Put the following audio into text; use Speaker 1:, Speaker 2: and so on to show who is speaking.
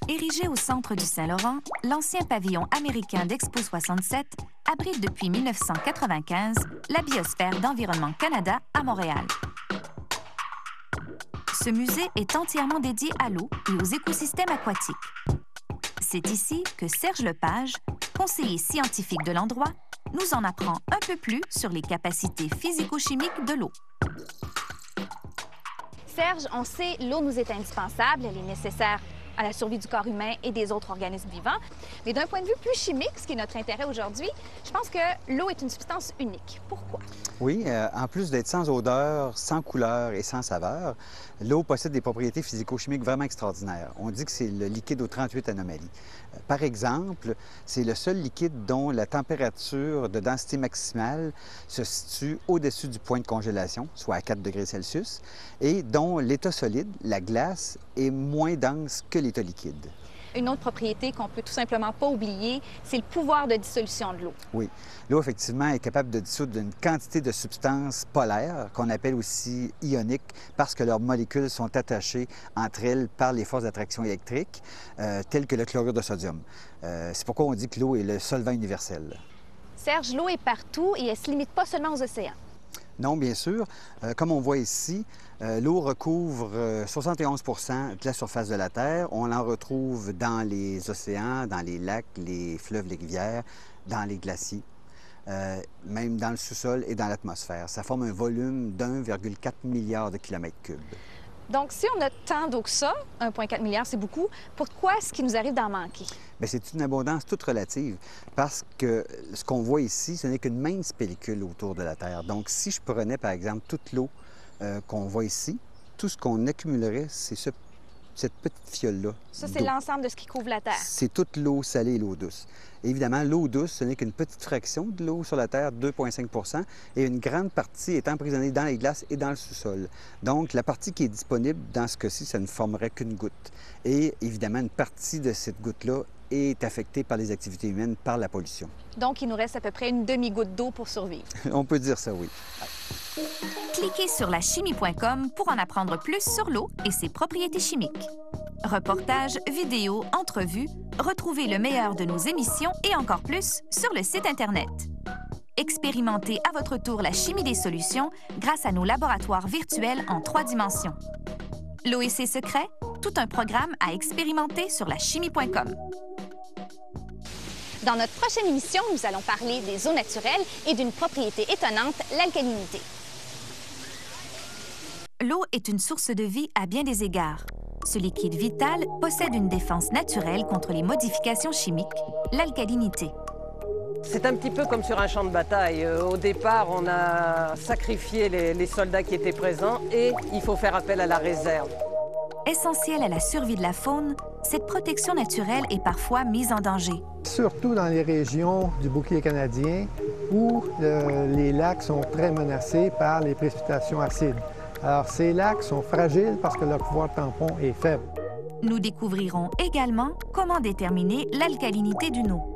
Speaker 1: Érigé au centre du Saint-Laurent, l'ancien pavillon américain d'Expo 67 abrite depuis 1995 la Biosphère d'Environnement Canada à Montréal. Ce musée est entièrement dédié à l'eau et aux écosystèmes aquatiques. C'est ici que Serge Lepage, conseiller scientifique de l'endroit, nous en apprend un peu plus sur les capacités physico-chimiques de l'eau.
Speaker 2: Serge, on sait l'eau nous est indispensable, elle est nécessaire à la survie du corps humain et des autres organismes vivants. Mais d'un point de vue plus chimique, ce qui est notre intérêt aujourd'hui, je pense que l'eau est une substance unique. Pourquoi?
Speaker 3: Oui, en plus d'être sans odeur, sans couleur et sans saveur, l'eau possède des propriétés physico-chimiques vraiment extraordinaires. On dit que c'est le liquide aux 38 anomalies. Par exemple, c'est le seul liquide dont la température de densité maximale se situe au-dessus du point de congélation, soit à 4 degrés Celsius, et dont l'état solide, la glace, est moins dense que l'état liquide.
Speaker 2: Une autre propriété qu'on peut tout simplement pas oublier, c'est le pouvoir de dissolution de l'eau.
Speaker 3: Oui. L'eau, effectivement, est capable de dissoudre une quantité de substances polaires, qu'on appelle aussi ioniques, parce que leurs molécules sont attachées entre elles par les forces d'attraction électrique, telles que le chlorure de sodium. C'est pourquoi on dit que l'eau est le solvant universel.
Speaker 2: Serge, l'eau est partout et elle ne se limite pas seulement aux océans.
Speaker 3: Non, bien sûr. Comme on voit ici, l'eau recouvre 71 de la surface de la Terre. On en retrouve dans les océans, dans les lacs, les fleuves, les rivières, dans les glaciers, même dans le sous-sol et dans l'atmosphère. Ça forme un volume d'1,4 milliard de kilomètres cubes.
Speaker 2: Donc, si on a tant d'eau que ça, 1,4 milliard, c'est beaucoup, pourquoi est-ce qu'il nous arrive d'en manquer?
Speaker 3: Bien, c'est une abondance toute relative parce que ce qu'on voit ici, ce n'est qu'une mince pellicule autour de la Terre. Donc, si je prenais, par exemple, toute l'eau qu'on voit ici, tout ce qu'on accumulerait, c'est cette petite fiole-là.
Speaker 2: Ça, c'est l'ensemble de ce qui couvre la Terre.
Speaker 3: C'est toute l'eau salée et l'eau douce. Évidemment, l'eau douce, ce n'est qu'une petite fraction de l'eau sur la Terre, 2,5 et une grande partie est emprisonnée dans les glaces et dans le sous-sol. Donc, la partie qui est disponible, dans ce cas-ci, ça ne formerait qu'une goutte. Et évidemment, une partie de cette goutte-là est affectée par les activités humaines, par la pollution.
Speaker 2: Donc, il nous reste à peu près une demi-goutte d'eau pour survivre.
Speaker 3: On peut dire ça, oui.
Speaker 1: Cliquez sur lachimie.com pour en apprendre plus sur l'eau et ses propriétés chimiques. Reportages, vidéos, entrevues, retrouvez le meilleur de nos émissions et encore plus sur le site Internet. Expérimentez à votre tour la chimie des solutions grâce à nos laboratoires virtuels en 3 dimensions. L'eau et ses secrets, tout un programme à expérimenter sur lachimie.com.
Speaker 2: Dans notre prochaine émission, nous allons parler des eaux naturelles et d'une propriété étonnante, l'alcalinité.
Speaker 1: L'eau est une source de vie à bien des égards. Ce liquide vital possède une défense naturelle contre les modifications chimiques, l'alcalinité.
Speaker 4: C'est un petit peu comme sur un champ de bataille. Au départ, on a sacrifié les soldats qui étaient présents et il faut faire appel à la réserve.
Speaker 1: Essentielle à la survie de la faune, cette protection naturelle est parfois mise en danger.
Speaker 5: Surtout dans les régions du bouclier canadien où les lacs sont très menacés par les précipitations acides. Alors, ces lacs sont fragiles parce que leur pouvoir de tampon est faible.
Speaker 1: Nous découvrirons également comment déterminer l'alcalinité d'une eau.